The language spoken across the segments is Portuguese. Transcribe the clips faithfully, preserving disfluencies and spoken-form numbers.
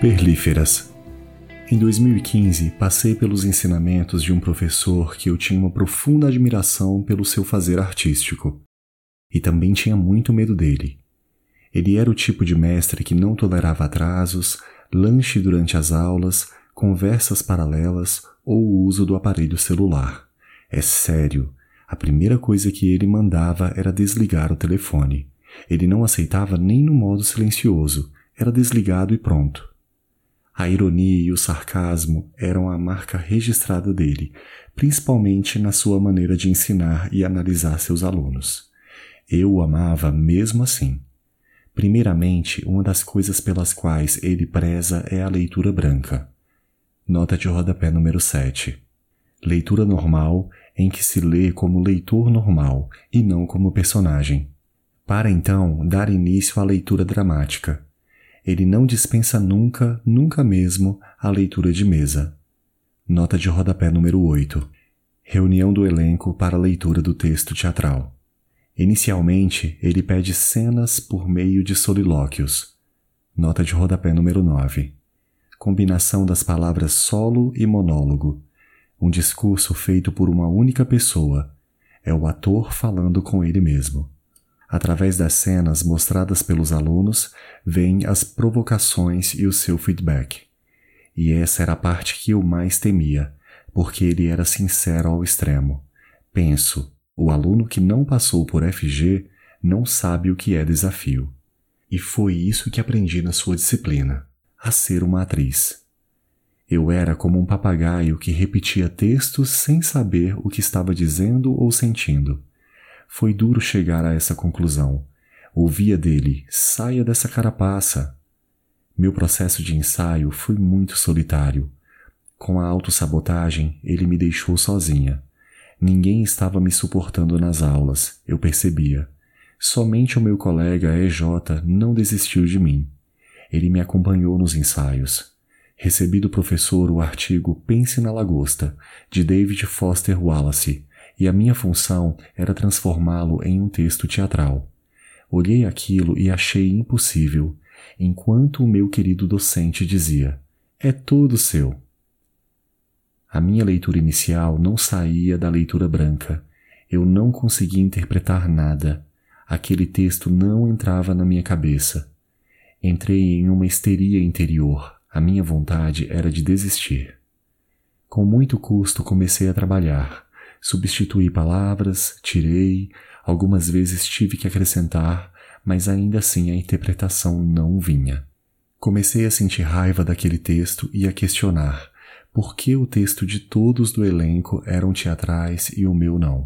Superlíferas. Em dois mil e quinze, passei pelos ensinamentos de um professor que eu tinha uma profunda admiração pelo seu fazer artístico. E também tinha muito medo dele. Ele era o tipo de mestre que não tolerava atrasos, lanche durante as aulas, conversas paralelas ou o uso do aparelho celular. É sério, a primeira coisa que ele mandava era desligar o telefone. Ele não aceitava nem no modo silencioso, era desligado e pronto. A ironia e o sarcasmo eram a marca registrada dele, principalmente na sua maneira de ensinar e analisar seus alunos. Eu o amava mesmo assim. Primeiramente, uma das coisas pelas quais ele preza é a leitura branca. Nota de rodapé número sete. Leitura normal em que se lê como leitor normal e não como personagem. Para então dar início à leitura dramática. Ele não dispensa nunca, nunca mesmo, a leitura de mesa. Nota de rodapé número oito. Reunião do elenco para a leitura do texto teatral. Inicialmente, ele pede cenas por meio de solilóquios. Nota de rodapé número nove. Combinação das palavras solo e monólogo. Um discurso feito por uma única pessoa. É o ator falando com ele mesmo. Através das cenas mostradas pelos alunos, vêm as provocações e o seu feedback. E essa era a parte que eu mais temia, porque ele era sincero ao extremo. Penso, o aluno que não passou por F G não sabe o que é desafio. E foi isso que aprendi na sua disciplina, a ser uma atriz. Eu era como um papagaio que repetia textos sem saber o que estava dizendo ou sentindo. Foi duro chegar a essa conclusão. Ouvia dele, saia dessa carapaça. Meu processo de ensaio foi muito solitário. Com a autossabotagem, ele me deixou sozinha. Ninguém estava me suportando nas aulas, eu percebia. Somente o meu colega E J não desistiu de mim. Ele me acompanhou nos ensaios. Recebi do professor o artigo Pense na Lagosta, de David Foster Wallace, e a minha função era transformá-lo em um texto teatral. Olhei aquilo e achei impossível, enquanto o meu querido docente dizia, é todo seu. A minha leitura inicial não saía da leitura branca. Eu não conseguia interpretar nada. Aquele texto não entrava na minha cabeça. Entrei em uma histeria interior. A minha vontade era de desistir. Com muito custo comecei a trabalhar. Substituí palavras, tirei, algumas vezes tive que acrescentar, mas ainda assim a interpretação não vinha. Comecei a sentir raiva daquele texto e a questionar por que o texto de todos do elenco eram teatrais e o meu não.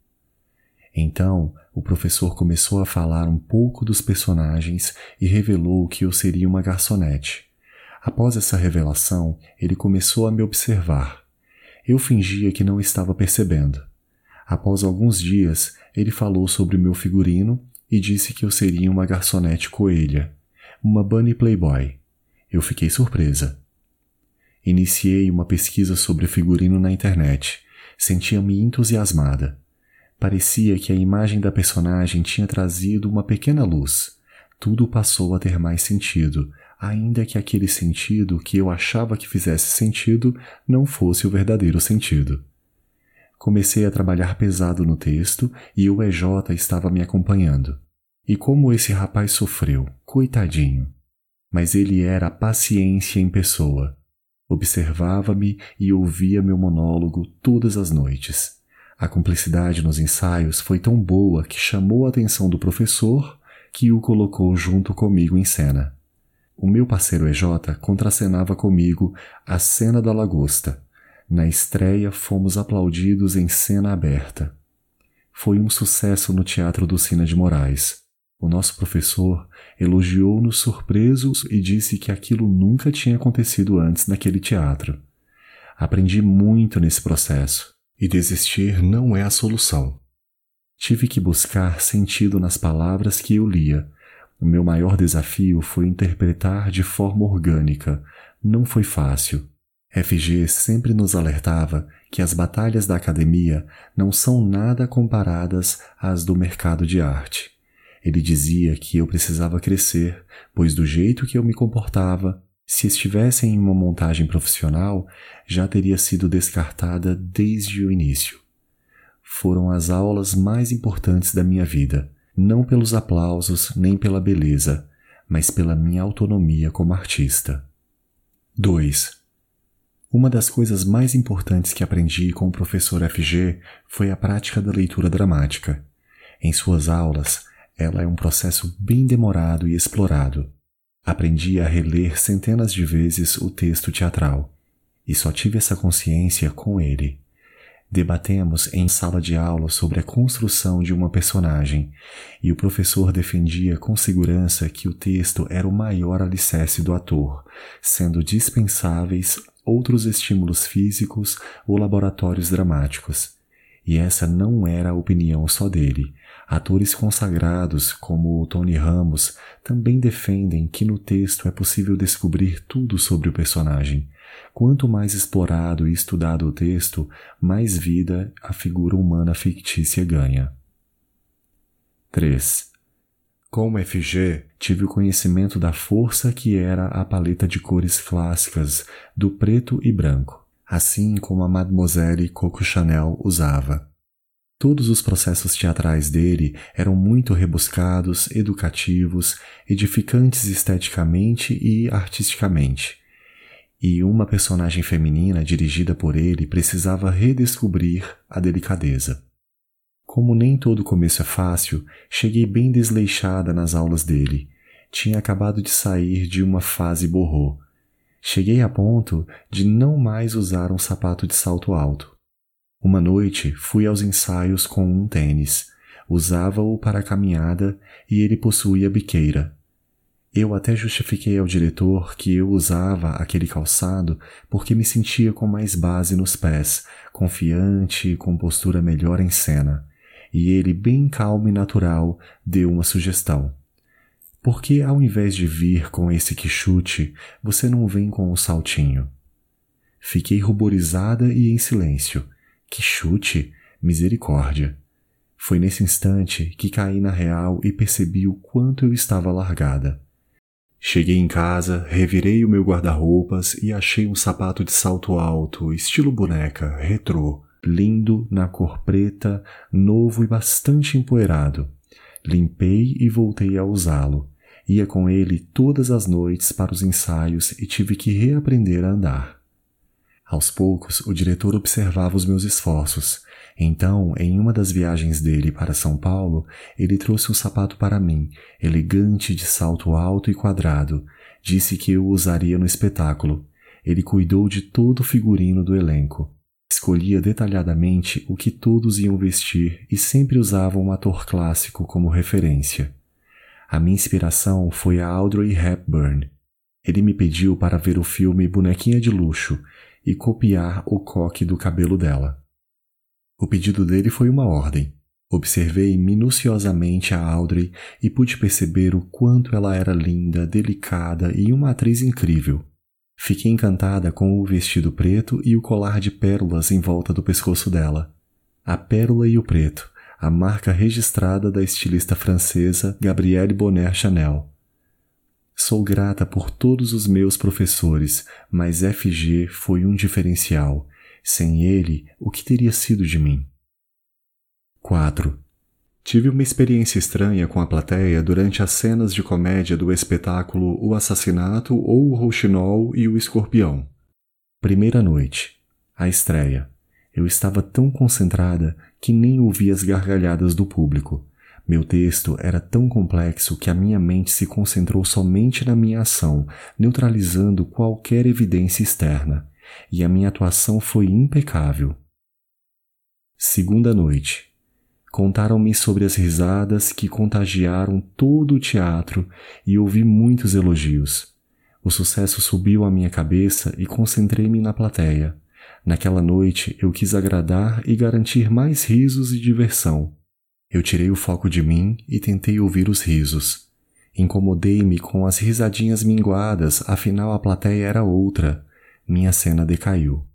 Então, o professor começou a falar um pouco dos personagens e revelou que eu seria uma garçonete. Após essa revelação, ele começou a me observar. Eu fingia que não estava percebendo. Após alguns dias, ele falou sobre meu figurino e disse que eu seria uma garçonete coelha, uma bunny playboy. Eu fiquei surpresa. Iniciei uma pesquisa sobre figurino na internet. Sentia-me entusiasmada. Parecia que a imagem da personagem tinha trazido uma pequena luz. Tudo passou a ter mais sentido, ainda que aquele sentido que eu achava que fizesse sentido não fosse o verdadeiro sentido. Comecei a trabalhar pesado no texto e o E J estava me acompanhando. E como esse rapaz sofreu, coitadinho. Mas ele era a paciência em pessoa. Observava-me e ouvia meu monólogo todas as noites. A cumplicidade nos ensaios foi tão boa que chamou a atenção do professor, que o colocou junto comigo em cena. O meu parceiro E J contracenava comigo a cena da lagosta. Na estreia fomos aplaudidos em cena aberta. Foi um sucesso no Teatro Dulcina de Moraes. O nosso professor elogiou-nos surpresos e disse que aquilo nunca tinha acontecido antes naquele teatro. Aprendi muito nesse processo, e desistir não é a solução. Tive que buscar sentido nas palavras que eu lia. O meu maior desafio foi interpretar de forma orgânica. Não foi fácil. F G sempre nos alertava que as batalhas da academia não são nada comparadas às do mercado de arte. Ele dizia que eu precisava crescer, pois do jeito que eu me comportava, Se estivesse em uma montagem profissional, já teria sido descartada desde o início. Foram as aulas mais importantes da minha vida, não pelos aplausos nem pela beleza, mas pela minha autonomia como artista. dois. Uma das coisas mais importantes que aprendi com o professor F G foi a prática da leitura dramática. Em suas aulas, ela é um processo bem demorado e explorado. Aprendi a reler centenas de vezes o texto teatral, e só tive essa consciência com ele. Debatemos em sala de aula sobre a construção de uma personagem, e o professor defendia com segurança que o texto era o maior alicerce do ator, sendo dispensáveis outros estímulos físicos ou laboratórios dramáticos. E essa não era a opinião só dele. Atores consagrados, como o Tony Ramos, também defendem que no texto é possível descobrir tudo sobre o personagem. Quanto mais explorado e estudado o texto, mais vida a figura humana fictícia ganha. três. Com o F G, tive o conhecimento da força que era a paleta de cores clássicas do preto e branco, assim como a Mademoiselle Coco Chanel usava. Todos os processos teatrais dele eram muito rebuscados, educativos, edificantes esteticamente e artisticamente. E uma personagem feminina dirigida por ele precisava redescobrir a delicadeza. Como nem todo começo é fácil, cheguei bem desleixada nas aulas dele. Tinha acabado de sair de uma fase borrô. Cheguei a ponto de não mais usar um sapato de salto alto. Uma noite fui aos ensaios com um tênis. Usava-o para a caminhada e ele possuía biqueira. Eu até justifiquei ao diretor que eu usava aquele calçado porque me sentia com mais base nos pés, confiante e com postura melhor em cena. E ele, bem calmo e natural, deu uma sugestão. Por que, ao invés de vir com esse quichute, você não vem com um saltinho? Fiquei ruborizada e em silêncio. Quichute? Misericórdia! Foi nesse instante que caí na real e percebi o quanto eu estava largada. Cheguei em casa, revirei o meu guarda-roupas e achei um sapato de salto alto, estilo boneca, retrô, lindo, na cor preta, novo e bastante empoeirado. Limpei e voltei a usá-lo. Ia com ele todas as noites para os ensaios e tive que reaprender a andar. Aos poucos, o diretor observava os meus esforços. Então, em uma das viagens dele para São Paulo, ele trouxe um sapato para mim, elegante de salto alto e quadrado. Disse que eu o usaria no espetáculo. Ele cuidou de todo o figurino do elenco. Escolhia detalhadamente o que todos iam vestir e sempre usava um ator clássico como referência. A minha inspiração foi a Audrey Hepburn. Ele me pediu para ver o filme Bonequinha de Luxo e copiar o coque do cabelo dela. O pedido dele foi uma ordem. Observei minuciosamente a Audrey e pude perceber o quanto ela era linda, delicada e uma atriz incrível. Fiquei encantada com o vestido preto e o colar de pérolas em volta do pescoço dela. A pérola e o preto, a marca registrada da estilista francesa Gabrielle Bonner Chanel. Sou grata por todos os meus professores, mas F G foi um diferencial. Sem ele, o que teria sido de mim? quatro. Tive uma experiência estranha com a plateia durante as cenas de comédia do espetáculo O Assassinato ou o Rouxinol e o Escorpião. Primeira noite. A estreia. Eu estava tão concentrada que nem ouvi as gargalhadas do público. Meu texto era tão complexo que a minha mente se concentrou somente na minha ação, neutralizando qualquer evidência externa. E a minha atuação foi impecável. Segunda noite. Contaram-me sobre as risadas que contagiaram todo o teatro e ouvi muitos elogios. O sucesso subiu à minha cabeça e concentrei-me na plateia. Naquela noite eu quis agradar e garantir mais risos e diversão. Eu tirei o foco de mim e tentei ouvir os risos. Incomodei-me com as risadinhas minguadas, afinal a plateia era outra. Minha cena decaiu.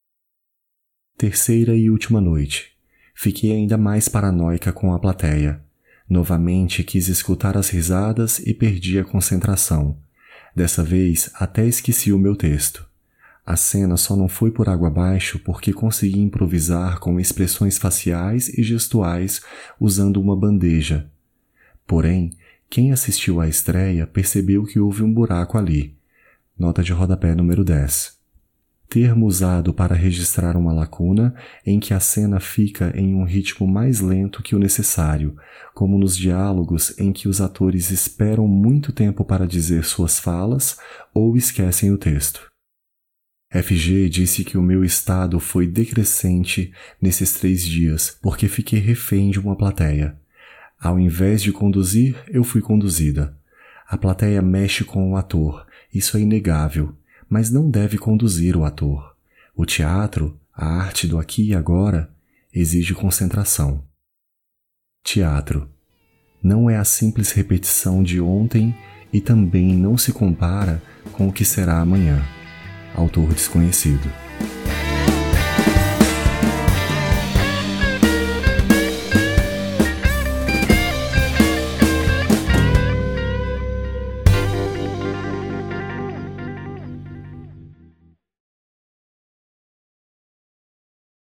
Terceira e última noite. Fiquei ainda mais paranoica com a plateia. Novamente quis escutar as risadas e perdi a concentração. Dessa vez, até esqueci o meu texto. A cena só não foi por água abaixo porque consegui improvisar com expressões faciais e gestuais usando uma bandeja. Porém, quem assistiu à estreia percebeu que houve um buraco ali. Nota de rodapé número dez. Termo usado para registrar uma lacuna em que a cena fica em um ritmo mais lento que o necessário, como nos diálogos em que os atores esperam muito tempo para dizer suas falas ou esquecem o texto. F G disse que o meu estado foi decrescente nesses três dias porque fiquei refém de uma plateia. Ao invés de conduzir, eu fui conduzida. A plateia mexe com o ator, isso é inegável, mas não deve conduzir o ator. O teatro, a arte do aqui e agora, exige concentração. Teatro. Não é a simples repetição de ontem e também não se compara com o que será amanhã. Autor desconhecido.